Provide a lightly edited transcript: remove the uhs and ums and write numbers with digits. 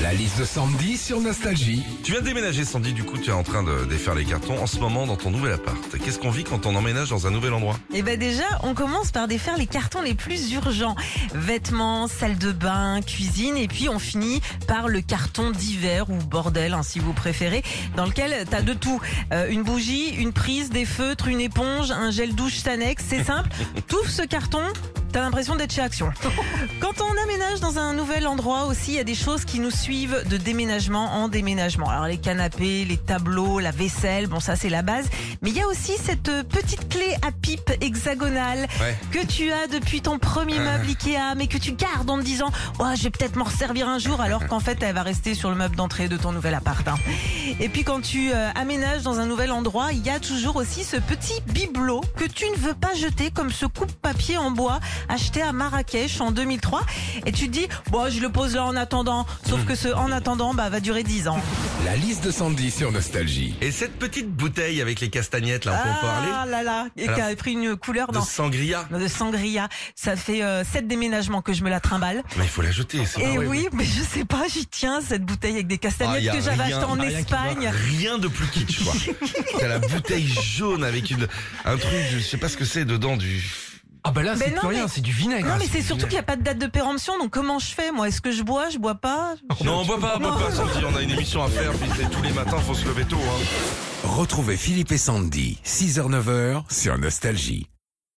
La liste de Sandy sur Nostalgie. Tu viens de déménager, Sandy, du coup tu es en train de défaire les cartons en ce moment dans ton nouvel appart. Qu'est-ce qu'on vit quand on emménage dans un nouvel endroit? Eh ben déjà, on commence par défaire les cartons les plus urgents. Vêtements, salle de bain, cuisine, et puis on finit par le carton d'hiver ou bordel, si vous préférez, dans lequel t'as de tout. Une bougie, une prise, des feutres, une éponge, un gel douche Sanex, c'est simple. T'ouvres ce carton, t'as l'impression d'être chez Action. Quand on aménage dans un nouvel endroit aussi, il y a des choses qui nous suivent de déménagement en déménagement. Alors les canapés, les tableaux, la vaisselle, bon ça c'est la base. Mais il y a aussi cette petite clé à pipe hexagonale que tu as depuis ton premier meuble Ikea, mais que tu gardes en te disant « Oh, je vais peut-être m'en resservir un jour », alors qu'en fait elle va rester sur le meuble d'entrée de ton nouvel appart. Et puis quand tu aménages dans un nouvel endroit, il y a toujours aussi ce petit bibelot que tu ne veux pas jeter, comme ce coupe-papier en bois acheté à Marrakech en 2003, et tu te dis bon, je le pose là en attendant, sauf que ce en attendant va durer 10 ans. La liste de Sandy sur Nostalgie. Et cette petite bouteille avec les castagnettes là, on peut en parler? Ah là là, et qui a pris une couleur De sangria. de sangria. Ça fait 7 déménagements que je me la trimballe. Mais il faut la jeter, c'est Et pas oui, mais je sais pas, j'y tiens, cette bouteille avec des castagnettes que j'avais achetée en Espagne. Rien de plus kitsch, quoi. T'as la bouteille jaune avec un truc, je sais pas ce que c'est dedans, Ah bah là, Mais c'est non, plus rien, mais- c'est du vinaigre. Non mais c'est surtout qu'il n'y a pas de date de péremption, donc comment je fais moi? Est-ce que je bois pas? Non, on boit pas, Sandy, on a une émission à faire, puis tous les matins, faut se lever tôt, Retrouvez Philippe et Sandy, 6h-9h sur Nostalgie.